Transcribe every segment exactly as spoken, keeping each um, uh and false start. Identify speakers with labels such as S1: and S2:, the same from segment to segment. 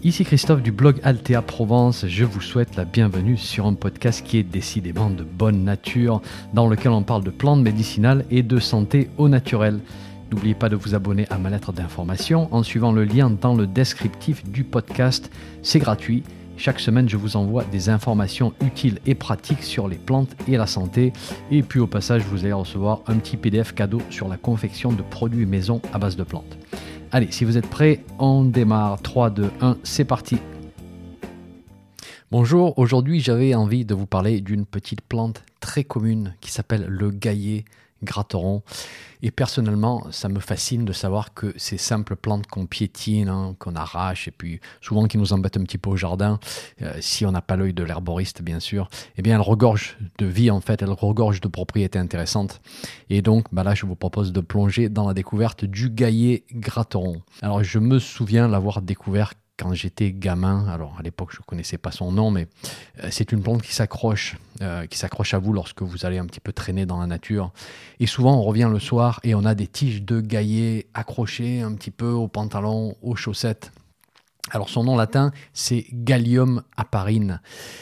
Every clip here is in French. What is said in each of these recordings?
S1: Ici Christophe du blog Altea Provence, je vous souhaite la bienvenue sur un podcast qui est décidément de bonne nature, dans lequel on parle de plantes médicinales et de santé au naturel. N'oubliez pas de vous abonner à ma lettre d'information en suivant le lien dans le descriptif du podcast, c'est gratuit. Chaque semaine, je vous envoie des informations utiles et pratiques sur les plantes et la santé. Et puis au passage, vous allez recevoir un petit P D F cadeau sur la confection de produits maison à base de plantes. Allez, si vous êtes prêts, on démarre. trois, deux, un, c'est parti. Bonjour, aujourd'hui j'avais envie de vous parler d'une petite plante très commune qui s'appelle le gaillet gratteron. Et personnellement, ça me fascine de savoir que ces simples plantes qu'on piétine, hein, qu'on arrache, et puis souvent qui nous embêtent un petit peu au jardin, euh, si on n'a pas l'œil de l'herboriste bien sûr, eh bien elles regorgent de vie en fait, elles regorgent de propriétés intéressantes. Et donc bah là, je vous propose de plonger dans la découverte du gaillet gratteron. Alors je me souviens l'avoir découvert quand j'étais gamin. Alors à l'époque je ne connaissais pas son nom, mais euh, c'est une plante qui s'accroche, euh, qui s'accroche à vous lorsque vous allez un petit peu traîner dans la nature. Et souvent on revient le soir et on a des tiges de gaillet accrochées un petit peu aux pantalons, aux chaussettes. Alors son nom latin c'est Galium aparine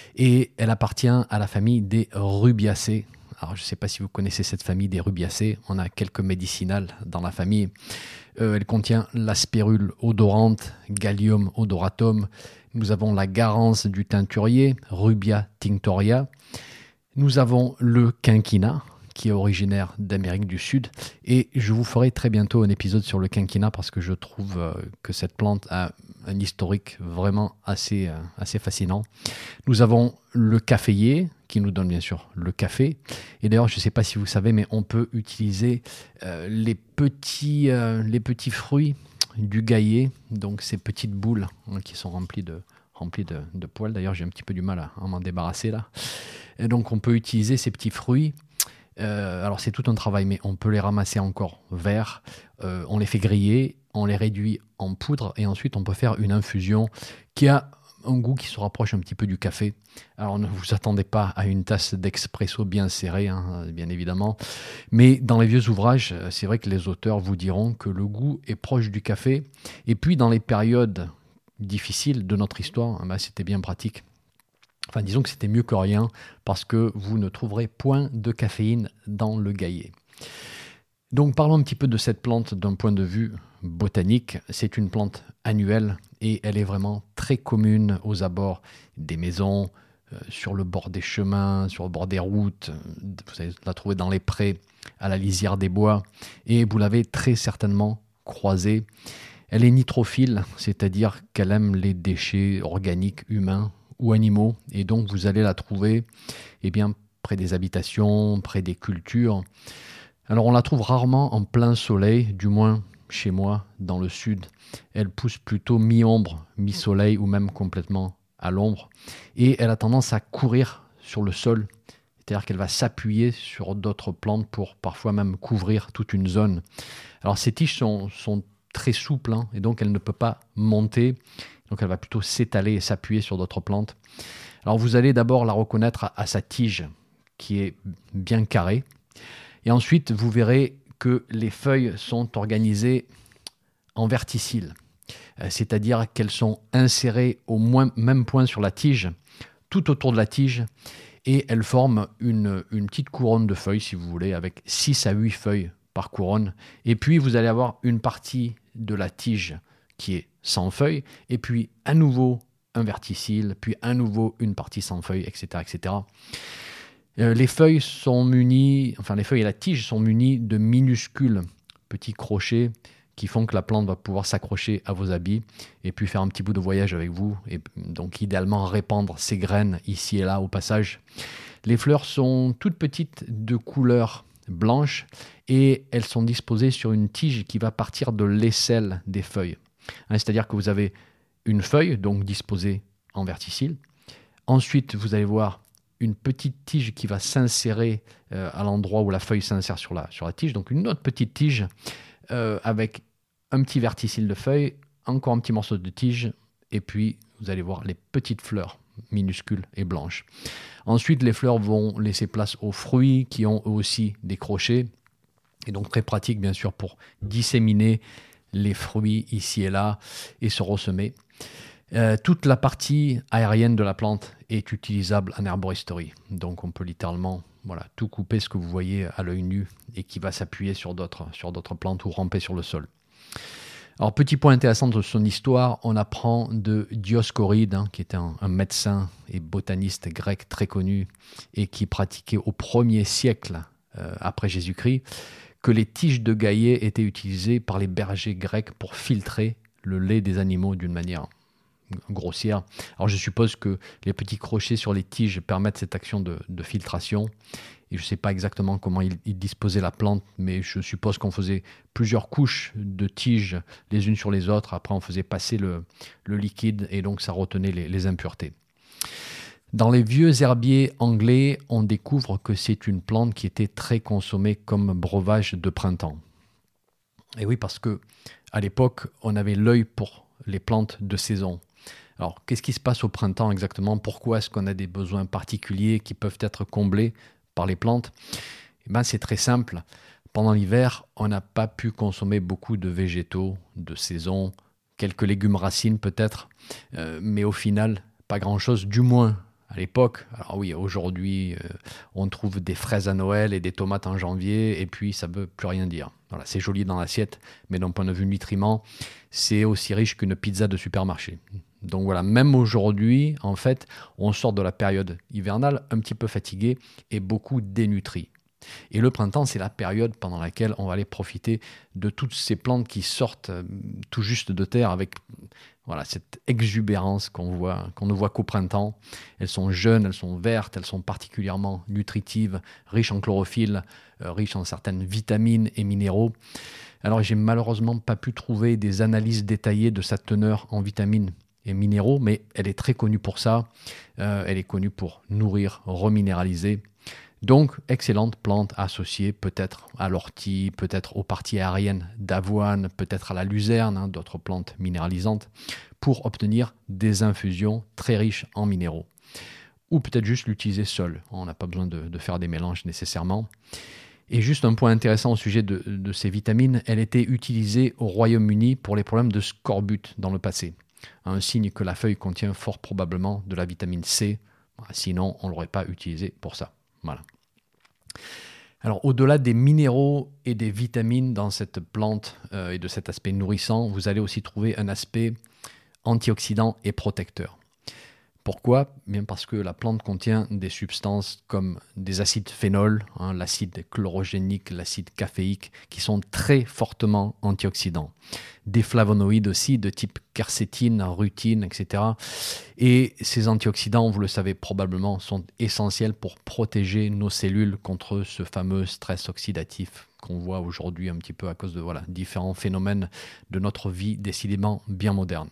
S1: et elle appartient à la famille des Rubiacées. Alors je ne sais pas si vous connaissez cette famille des Rubiacées, on a quelques médicinales dans la famille. Euh, elle contient la spirule odorante, Galium odoratum. Nous avons la garance du teinturier, Rubia tinctoria. Nous avons le quinquina, qui est originaire d'Amérique du Sud. Et je vous ferai très bientôt un épisode sur le quinquina parce que je trouve euh, que cette plante a un historique vraiment assez, euh, assez fascinant. Nous avons le caféier, qui nous donne bien sûr le café. Et d'ailleurs, je ne sais pas si vous savez, mais on peut utiliser euh, les, petits, euh, les petits fruits du gaillet, donc ces petites boules hein, qui sont remplies de, remplies de, de poils. D'ailleurs, j'ai un petit peu du mal à, à m'en débarrasser là. Et donc, on peut utiliser ces petits fruits. Euh, alors, c'est tout un travail, mais on peut les ramasser encore verts. Euh, on les fait griller, on les réduit en poudre et ensuite, on peut faire une infusion qui a un goût qui se rapproche un petit peu du café. Alors ne vous attendez pas à une tasse d'expresso bien serrée, hein, bien évidemment. Mais dans les vieux ouvrages, c'est vrai que les auteurs vous diront que le goût est proche du café. Et puis dans les périodes difficiles de notre histoire, bah, c'était bien pratique. Enfin disons que c'était mieux que rien parce que vous ne trouverez point de caféine dans le gaillet. Donc parlons un petit peu de cette plante d'un point de vue botanique. C'est une plante annuelle et elle est vraiment très commune aux abords des maisons, euh, sur le bord des chemins, sur le bord des routes. Vous allez la trouver dans les prés, à la lisière des bois et vous l'avez très certainement croisée. Elle est nitrophile, c'est-à-dire qu'elle aime les déchets organiques humains ou animaux et donc vous allez la trouver eh bien, près des habitations, près des cultures. Alors on la trouve rarement en plein soleil, du moins chez moi dans le sud. Elle pousse plutôt mi-ombre, mi-soleil ou même complètement à l'ombre. Et elle a tendance à courir sur le sol, c'est-à-dire qu'elle va s'appuyer sur d'autres plantes pour parfois même couvrir toute une zone. Alors ces tiges sont, sont très souples hein, et donc elle ne peut pas monter, donc elle va plutôt s'étaler et s'appuyer sur d'autres plantes. Alors vous allez d'abord la reconnaître à, à sa tige qui est bien carrée. Et ensuite, vous verrez que les feuilles sont organisées en verticille, c'est-à-dire qu'elles sont insérées au moins, même point sur la tige, tout autour de la tige, et elles forment une, une petite couronne de feuilles, si vous voulez, avec six à huit feuilles par couronne. Et puis, vous allez avoir une partie de la tige qui est sans feuilles, et puis à nouveau un verticille, puis à nouveau une partie sans feuilles, et cetera, et cetera. Les feuilles sont munies, enfin les feuilles et la tige sont munies de minuscules petits crochets qui font que la plante va pouvoir s'accrocher à vos habits et puis faire un petit bout de voyage avec vous et donc idéalement répandre ses graines ici et là au passage. Les fleurs sont toutes petites de couleur blanche et elles sont disposées sur une tige qui va partir de l'aisselle des feuilles. Hein, c'est-à-dire que vous avez une feuille donc disposée en verticille. Ensuite, vous allez voir une petite tige qui va s'insérer euh, à l'endroit où la feuille s'insère sur la, sur la tige. Donc une autre petite tige euh, avec un petit verticille de feuille, encore un petit morceau de tige, et puis vous allez voir les petites fleurs minuscules et blanches. Ensuite, les fleurs vont laisser place aux fruits qui ont eux aussi des crochets, et donc très pratique bien sûr pour disséminer les fruits ici et là et se ressemer. Euh, toute la partie aérienne de la plante est utilisable en herboristerie. Donc on peut littéralement voilà, tout couper, ce que vous voyez à l'œil nu, et qui va s'appuyer sur d'autres, sur d'autres plantes ou ramper sur le sol. Alors, petit point intéressant de son histoire, on apprend de Dioscoride, hein, qui était un, un médecin et botaniste grec très connu et qui pratiquait au premier siècle euh, après Jésus-Christ, que les tiges de gaillet étaient utilisées par les bergers grecs pour filtrer le lait des animaux d'une manière grossière. Alors, je suppose que les petits crochets sur les tiges permettent cette action de, de filtration. Et je ne sais pas exactement comment il, il disposait la plante, mais je suppose qu'on faisait plusieurs couches de tiges les unes sur les autres. Après, on faisait passer le, le liquide et donc ça retenait les, les impuretés. Dans les vieux herbiers anglais, on découvre que c'est une plante qui était très consommée comme breuvage de printemps. Et oui, parce que à l'époque, on avait l'œil pour les plantes de saison. Alors, qu'est-ce qui se passe au printemps exactement? Pourquoi est-ce qu'on a des besoins particuliers qui peuvent être comblés par les plantes? Eh ben, c'est très simple. Pendant l'hiver, on n'a pas pu consommer beaucoup de végétaux de saison, quelques légumes racines peut-être, euh, mais au final, pas grand-chose, du moins à l'époque. Alors oui, aujourd'hui, euh, on trouve des fraises à Noël et des tomates en janvier, et puis ça ne veut plus rien dire. Voilà, c'est joli dans l'assiette, mais d'un point de vue nutriment, c'est aussi riche qu'une pizza de supermarché. Donc voilà, même aujourd'hui, en fait, on sort de la période hivernale un petit peu fatigué et beaucoup dénutri. Et le printemps, c'est la période pendant laquelle on va aller profiter de toutes ces plantes qui sortent tout juste de terre avec voilà, cette exubérance qu'on voit, qu'on ne voit qu'au printemps. Elles sont jeunes, elles sont vertes, elles sont particulièrement nutritives, riches en chlorophylle, euh, riches en certaines vitamines et minéraux. Alors, j'ai malheureusement pas pu trouver des analyses détaillées de sa teneur en vitamines et minéraux, mais elle est très connue pour ça. Euh, elle est connue pour nourrir, reminéraliser. Donc, excellente plante associée peut-être à l'ortie, peut-être aux parties aériennes d'avoine, peut-être à la luzerne, hein, d'autres plantes minéralisantes, pour obtenir des infusions très riches en minéraux. Ou peut-être juste l'utiliser seule. On n'a pas besoin de, de faire des mélanges nécessairement. Et juste un point intéressant au sujet de, de ces vitamines, elle était utilisée au Royaume-Uni pour les problèmes de scorbut dans le passé. Un signe que la feuille contient fort probablement de la vitamine C. Sinon, on ne l'aurait pas utilisée pour ça. Voilà. Alors, au-delà des minéraux et des vitamines dans cette plante euh, et de cet aspect nourrissant, vous allez aussi trouver un aspect antioxydant et protecteur. Pourquoi? Bien parce que la plante contient des substances comme des acides phénols, hein, l'acide chlorogénique, l'acide caféique, qui sont très fortement antioxydants. Des flavonoïdes aussi de type quercétine, rutine, et cetera. Et ces antioxydants, vous le savez probablement, sont essentiels pour protéger nos cellules contre ce fameux stress oxydatif qu'on voit aujourd'hui un petit peu à cause de voilà, différents phénomènes de notre vie décidément bien moderne.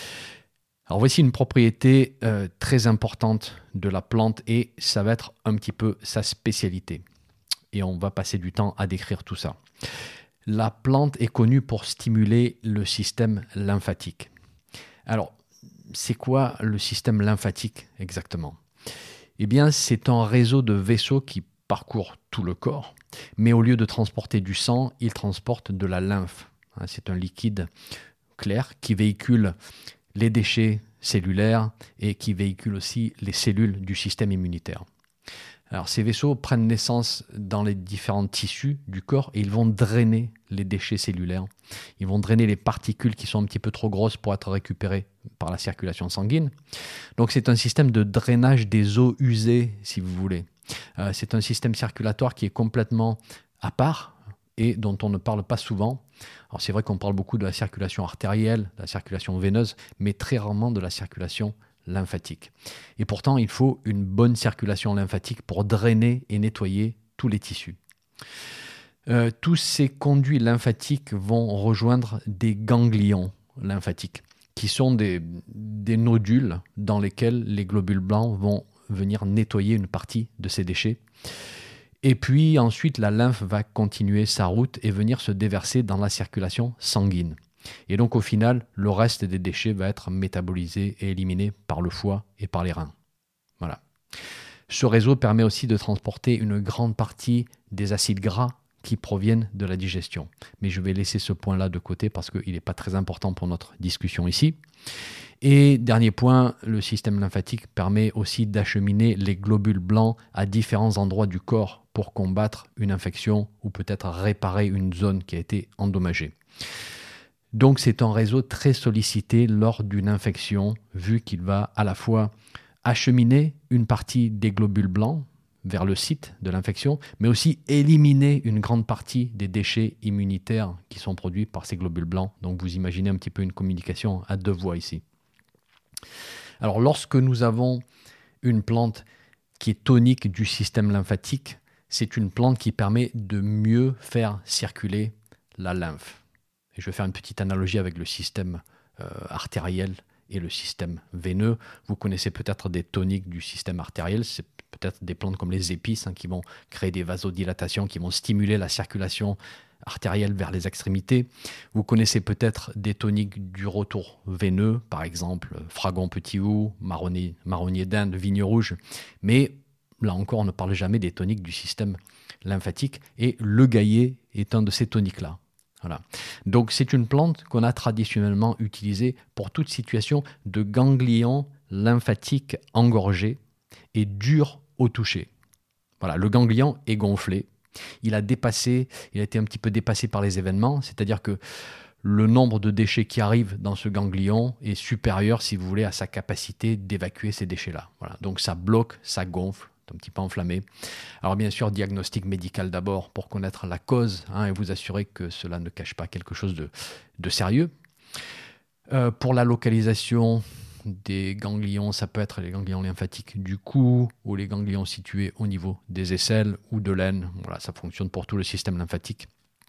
S1: Alors voici une propriété euh, très importante de la plante et ça va être un petit peu sa spécialité. Et on va passer du temps à décrire tout ça. La plante est connue pour stimuler le système lymphatique. Alors, c'est quoi le système lymphatique exactement? Eh bien, c'est un réseau de vaisseaux qui parcourt tout le corps, mais au lieu de transporter du sang, il transporte de la lymphe. C'est un liquide clair qui véhicule les déchets cellulaires et qui véhiculent aussi les cellules du système immunitaire. Alors, ces vaisseaux prennent naissance dans les différents tissus du corps et ils vont drainer les déchets cellulaires. Ils vont drainer les particules qui sont un petit peu trop grosses pour être récupérées par la circulation sanguine. Donc, c'est un système de drainage des eaux usées, si vous voulez. Euh, c'est un système circulatoire qui est complètement à part et dont on ne parle pas souvent. Alors c'est vrai qu'on parle beaucoup de la circulation artérielle, de la circulation veineuse, mais très rarement de la circulation lymphatique. Et pourtant, il faut une bonne circulation lymphatique pour drainer et nettoyer tous les tissus. Euh, tous ces conduits lymphatiques vont rejoindre des ganglions lymphatiques, qui sont des, des nodules dans lesquels les globules blancs vont venir nettoyer une partie de ces déchets. Et puis ensuite, la lymphe va continuer sa route et venir se déverser dans la circulation sanguine. Et donc au final, le reste des déchets va être métabolisé et éliminé par le foie et par les reins. Voilà. Ce réseau permet aussi de transporter une grande partie des acides gras qui proviennent de la digestion. Mais je vais laisser ce point-là de côté parce qu'il n'est pas très important pour notre discussion ici. Et dernier point, le système lymphatique permet aussi d'acheminer les globules blancs à différents endroits du corps pour combattre une infection ou peut-être réparer une zone qui a été endommagée. Donc c'est un réseau très sollicité lors d'une infection, vu qu'il va à la fois acheminer une partie des globules blancs vers le site de l'infection, mais aussi éliminer une grande partie des déchets immunitaires qui sont produits par ces globules blancs. Donc vous imaginez un petit peu une communication à deux voies ici. Alors lorsque nous avons une plante qui est tonique du système lymphatique, c'est une plante qui permet de mieux faire circuler la lymphe. Et je vais faire une petite analogie avec le système euh, artériel et le système veineux. Vous connaissez peut-être des toniques du système artériel, c'est peut-être des plantes comme les épices hein, qui vont créer des vasodilatations, qui vont stimuler la circulation artérielle vers les extrémités. Vous connaissez peut-être des toniques du retour veineux, par exemple fragon petit hou, marronnier, marronnier d'Inde, vigne rouge. Mais là encore, on ne parle jamais des toniques du système lymphatique et le gaillet est un de ces toniques-là. Voilà. Donc c'est une plante qu'on a traditionnellement utilisée pour toute situation de ganglion lymphatique engorgé et dur au toucher. Voilà, le ganglion est gonflé, il a dépassé, il a été un petit peu dépassé par les événements, c'est-à-dire que le nombre de déchets qui arrivent dans ce ganglion est supérieur, si vous voulez, à sa capacité d'évacuer ces déchets-là. Voilà. Donc ça bloque, ça gonfle, un petit peu enflammé. Alors bien sûr, diagnostic médical d'abord pour connaître la cause hein, et vous assurer que cela ne cache pas quelque chose de, de sérieux. Euh, pour la localisation des ganglions, ça peut être les ganglions lymphatiques du cou ou les ganglions situés au niveau des aisselles ou de l'aine. Voilà, ça fonctionne pour tout le système lymphatique.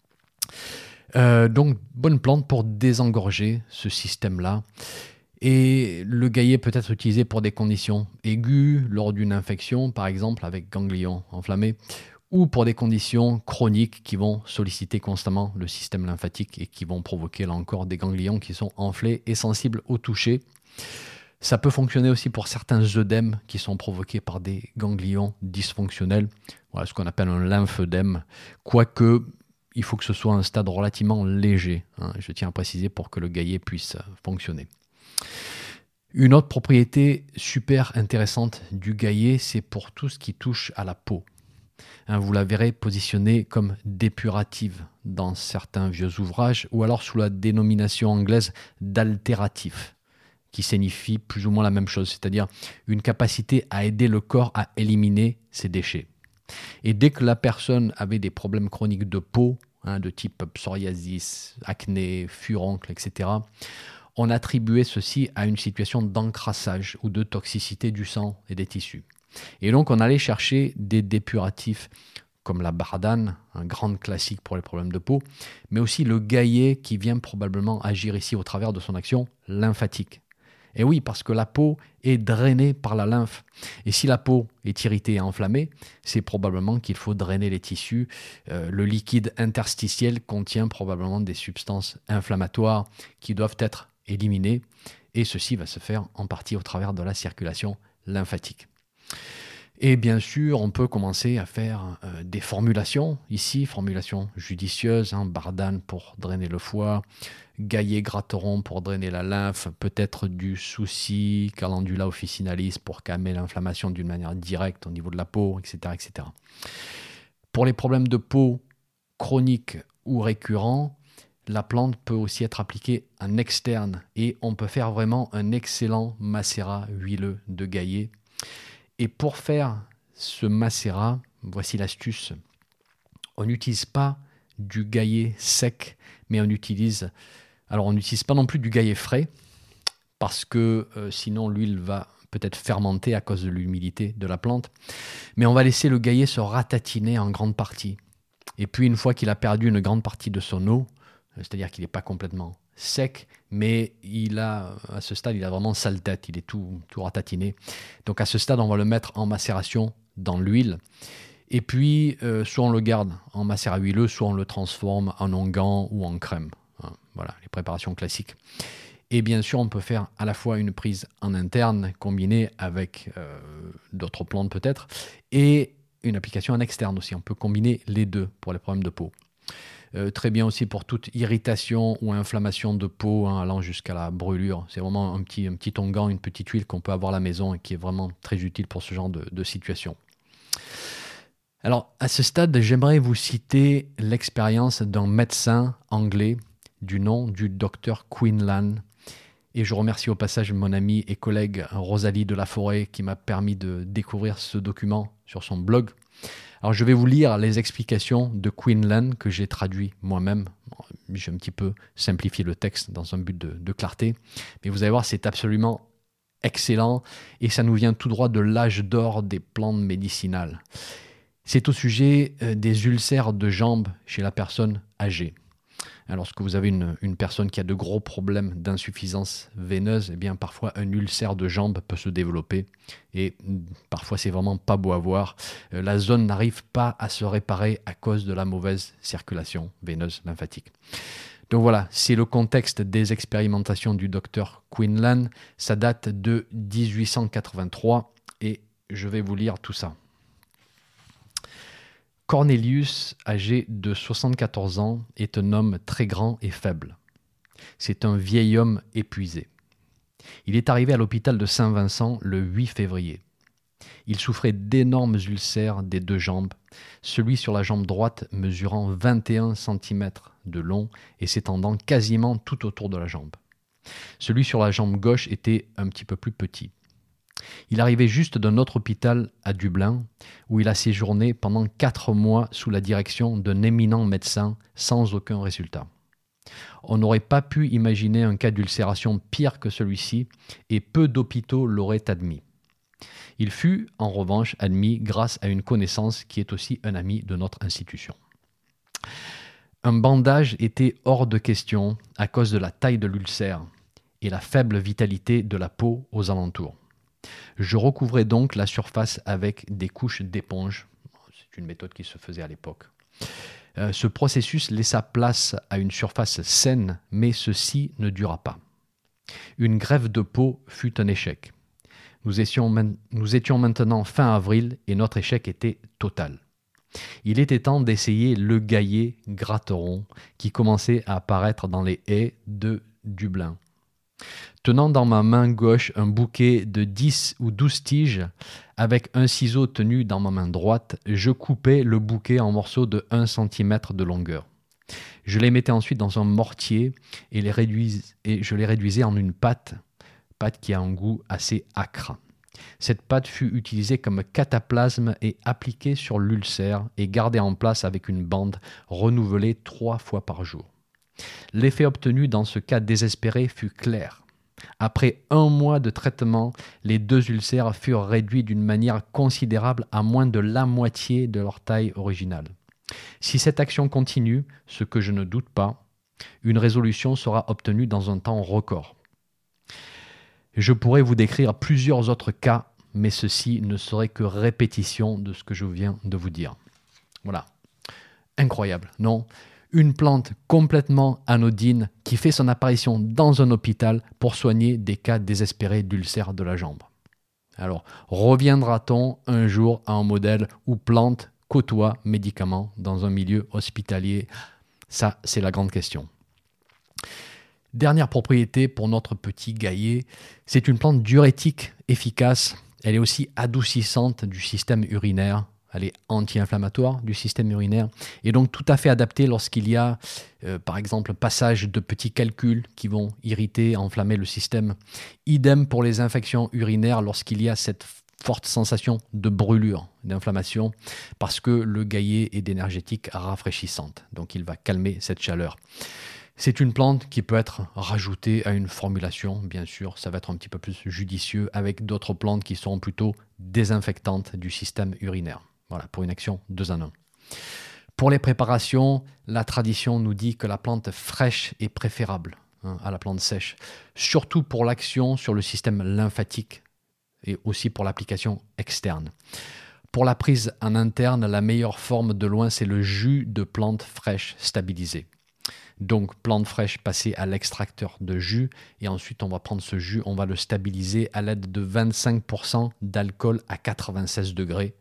S1: Euh, donc, bonne plante pour désengorger ce système-là. Et le gaillet peut être utilisé pour des conditions aiguës, lors d'une infection, par exemple, avec ganglions enflammés, ou pour des conditions chroniques qui vont solliciter constamment le système lymphatique et qui vont provoquer, là encore, des ganglions qui sont enflés et sensibles au toucher. Ça peut fonctionner aussi pour certains œdèmes qui sont provoqués par des ganglions dysfonctionnels, voilà ce qu'on appelle un lymphœdème, quoique il faut que ce soit un stade relativement léger, hein, je tiens à préciser pour que le gaillet puisse fonctionner. Une autre propriété super intéressante du gaillet, c'est pour tout ce qui touche à la peau. Hein, vous la verrez positionnée comme dépurative dans certains vieux ouvrages ou alors sous la dénomination anglaise d'altératif, qui signifie plus ou moins la même chose, c'est-à-dire une capacité à aider le corps à éliminer ses déchets. Et dès que la personne avait des problèmes chroniques de peau, hein, de type psoriasis, acné, furoncle, et cetera, on attribuait ceci à une situation d'encrassage ou de toxicité du sang et des tissus. Et donc on allait chercher des dépuratifs comme la bardane, un grand classique pour les problèmes de peau, mais aussi le gaillet qui vient probablement agir ici au travers de son action lymphatique. Et oui, parce que la peau est drainée par la lymphe. Et si la peau est irritée et enflammée, c'est probablement qu'il faut drainer les tissus. Euh, le liquide interstitiel contient probablement des substances inflammatoires qui doivent être éliminées. Et ceci va se faire en partie au travers de la circulation lymphatique. Et bien sûr, on peut commencer à faire euh, des formulations. Ici, formulation judicieuse, hein, bardane pour drainer le foie, gaillet gratteron pour drainer la lymphe, peut-être du souci, calendula officinalis pour calmer l'inflammation d'une manière directe au niveau de la peau, et cetera, et cetera. Pour les problèmes de peau chroniques ou récurrents, la plante peut aussi être appliquée en externe et on peut faire vraiment un excellent macérat huileux de gaillet. Et pour faire ce macérat, voici l'astuce, on n'utilise pas du gaillet sec, mais on utilise, alors on n'utilise pas non plus du gaillet frais, parce que euh, sinon l'huile va peut-être fermenter à cause de l'humidité de la plante, mais on va laisser le gaillet se ratatiner en grande partie. Et puis une fois qu'il a perdu une grande partie de son eau, c'est-à-dire qu'il n'est pas complètement sec, mais il a, à ce stade, il a vraiment sale tête, il est tout, tout ratatiné. Donc à ce stade, on va le mettre en macération dans l'huile. Et puis, euh, soit on le garde en macérat huileux, soit on le transforme en onguent ou en crème. Hein, voilà, les préparations classiques. Et bien sûr, on peut faire à la fois une prise en interne, combinée avec euh, d'autres plantes peut-être, et une application en externe aussi. On peut combiner les deux pour les problèmes de peau. Euh, très bien aussi pour toute irritation ou inflammation de peau, hein, allant jusqu'à la brûlure. C'est vraiment un petit, un petit onguent, une petite huile qu'on peut avoir à la maison et qui est vraiment très utile pour ce genre de, de situation. Alors, à ce stade, j'aimerais vous citer l'expérience d'un médecin anglais du nom du docteur Quinlan. Et je remercie au passage mon amie et collègue Rosalie de la Forêt qui m'a permis de découvrir ce document sur son blog. Alors, je vais vous lire les explications de Quinlan que j'ai traduit moi-même. J'ai un petit peu simplifié le texte dans un but de, de clarté. Mais vous allez voir, c'est absolument excellent et ça nous vient tout droit de l'âge d'or des plantes médicinales. C'est au sujet des ulcères de jambes chez la personne âgée. Lorsque vous avez une, une personne qui a de gros problèmes d'insuffisance veineuse, eh bien parfois un ulcère de jambe peut se développer et parfois c'est vraiment pas beau à voir. La zone n'arrive pas à se réparer à cause de la mauvaise circulation veineuse lymphatique. Donc voilà, c'est le contexte des expérimentations du docteur Quinlan. Ça date de dix-huit cent quatre-vingt-trois et je vais vous lire tout ça. Cornelius, âgé de soixante-quatorze ans, est un homme très grand et faible. C'est un vieil homme épuisé. Il est arrivé à l'hôpital de Saint-Vincent le huit février. Il souffrait d'énormes ulcères des deux jambes, celui sur la jambe droite mesurant vingt et un centimètres de long et s'étendant quasiment tout autour de la jambe. Celui sur la jambe gauche était un petit peu plus petit. Il arrivait juste d'un autre hôpital à Dublin, où il a séjourné pendant quatre mois sous la direction d'un éminent médecin sans aucun résultat. On n'aurait pas pu imaginer un cas d'ulcération pire que celui-ci, et peu d'hôpitaux l'auraient admis. Il fut, en revanche, admis grâce à une connaissance qui est aussi un ami de notre institution. Un bandage était hors de question à cause de la taille de l'ulcère et la faible vitalité de la peau aux alentours. Je recouvrais donc la surface avec des couches d'éponge. C'est une méthode qui se faisait à l'époque. Euh, ce processus laissa place à une surface saine, mais ceci ne dura pas. Une greffe de peau fut un échec. Nous étions, nous étions maintenant fin avril et notre échec était total. Il était temps d'essayer le gaillet gratteron qui commençait à apparaître dans les haies de Dublin. Tenant dans ma main gauche un bouquet de dix ou douze tiges, avec un ciseau tenu dans ma main droite, je coupais le bouquet en morceaux de un centimètre de longueur. Je les mettais ensuite dans un mortier et, les réduis, et je les réduisais en une pâte, pâte qui a un goût assez âcre. Cette pâte fut utilisée comme cataplasme et appliquée sur l'ulcère et gardée en place avec une bande renouvelée trois fois par jour. L'effet obtenu dans ce cas désespéré fut clair. Après un mois de traitement, les deux ulcères furent réduits d'une manière considérable à moins de la moitié de leur taille originale. Si cette action continue, ce que je ne doute pas, une résolution sera obtenue dans un temps record. Je pourrais vous décrire plusieurs autres cas, mais ceci ne serait que répétition de ce que je viens de vous dire. Voilà. Incroyable, non ? Une plante complètement anodine qui fait son apparition dans un hôpital pour soigner des cas désespérés d'ulcères de la jambe. Alors, reviendra-t-on un jour à un modèle où plante côtoie médicaments dans un milieu hospitalier ? Ça, c'est la grande question. Dernière propriété pour notre petit gaillet, c'est une plante diurétique efficace. Elle est aussi adoucissante du système urinaire. Elle est anti-inflammatoire du système urinaire et donc tout à fait adaptée lorsqu'il y a, euh, par exemple, passage de petits calculs qui vont irriter, enflammer le système. Idem pour les infections urinaires lorsqu'il y a cette forte sensation de brûlure, d'inflammation, parce que le gaillet est d'énergétique rafraîchissante. Donc il va calmer cette chaleur. C'est une plante qui peut être rajoutée à une formulation, bien sûr, ça va être un petit peu plus judicieux avec d'autres plantes qui sont plutôt désinfectantes du système urinaire. Voilà, pour une action deux en un. Pour les préparations, la tradition nous dit que la plante fraîche est préférable hein, à la plante sèche, surtout pour l'action sur le système lymphatique et aussi pour l'application externe. Pour la prise en interne, la meilleure forme de loin, c'est le jus de plante fraîche stabilisée. Donc, plante fraîche passée à l'extracteur de jus et ensuite on va prendre ce jus, on va le stabiliser à l'aide de vingt-cinq pour cent d'alcool à quatre-vingt-seize degrés.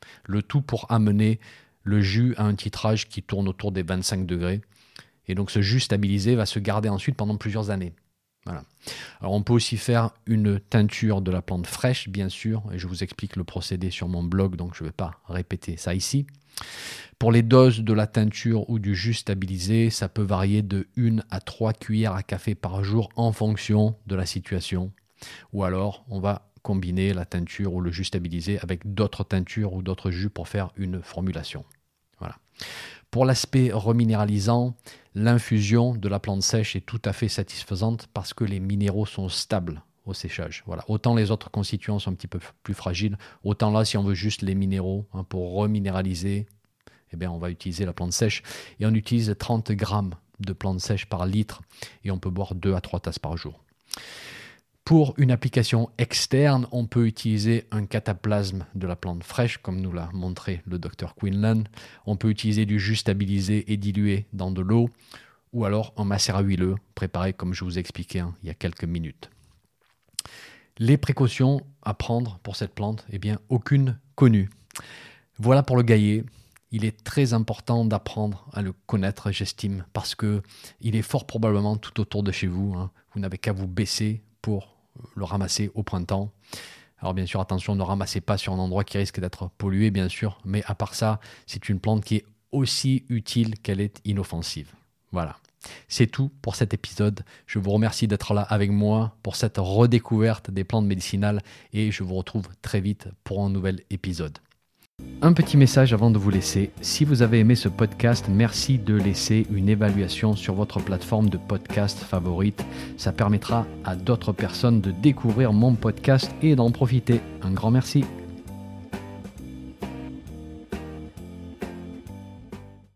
S1: Le tout pour amener le jus à un titrage qui tourne autour des vingt-cinq degrés. Et donc ce jus stabilisé va se garder ensuite pendant plusieurs années. Voilà. Alors on peut aussi faire une teinture de la plante fraîche, bien sûr, et je vous explique le procédé sur mon blog, donc je ne vais pas répéter ça ici. Pour les doses de la teinture ou du jus stabilisé, ça peut varier de une à trois cuillères à café par jour en fonction de la situation. Ou alors, on va combiner la teinture ou le jus stabilisé avec d'autres teintures ou d'autres jus pour faire une formulation. Voilà. Pour l'aspect reminéralisant, l'infusion de la plante sèche est tout à fait satisfaisante parce que les minéraux sont stables au séchage. Voilà. Autant les autres constituants sont un petit peu plus fragiles, autant là, si on veut juste les minéraux hein, pour reminéraliser, eh bien, on va utiliser la plante sèche. Et on utilise trente grammes de plante sèche par litre et on peut boire deux à trois tasses par jour. Pour une application externe, on peut utiliser un cataplasme de la plante fraîche, comme nous l'a montré le docteur Quinlan. On peut utiliser du jus stabilisé et dilué dans de l'eau, ou alors un macérat huileux, préparé comme je vous ai expliqué hein, il y a quelques minutes. Les précautions à prendre pour cette plante, eh bien, aucune connue. Voilà pour le gaillet. Il est très important d'apprendre à le connaître, j'estime, parce qu'il est fort probablement tout autour de chez vous. Hein. Vous n'avez qu'à vous baisser pour le ramasser au printemps. Alors bien sûr, attention, ne ramassez pas sur un endroit qui risque d'être pollué, bien sûr, mais à part ça, c'est une plante qui est aussi utile qu'elle est inoffensive. Voilà, c'est tout pour cet épisode. Je vous remercie d'être là avec moi pour cette redécouverte des plantes médicinales et je vous retrouve très vite pour un nouvel épisode. Un petit message avant de vous laisser. Si vous avez aimé ce podcast, merci de laisser une évaluation sur votre plateforme de podcast favorite. Ça permettra à d'autres personnes de découvrir mon podcast et d'en profiter. Un grand merci.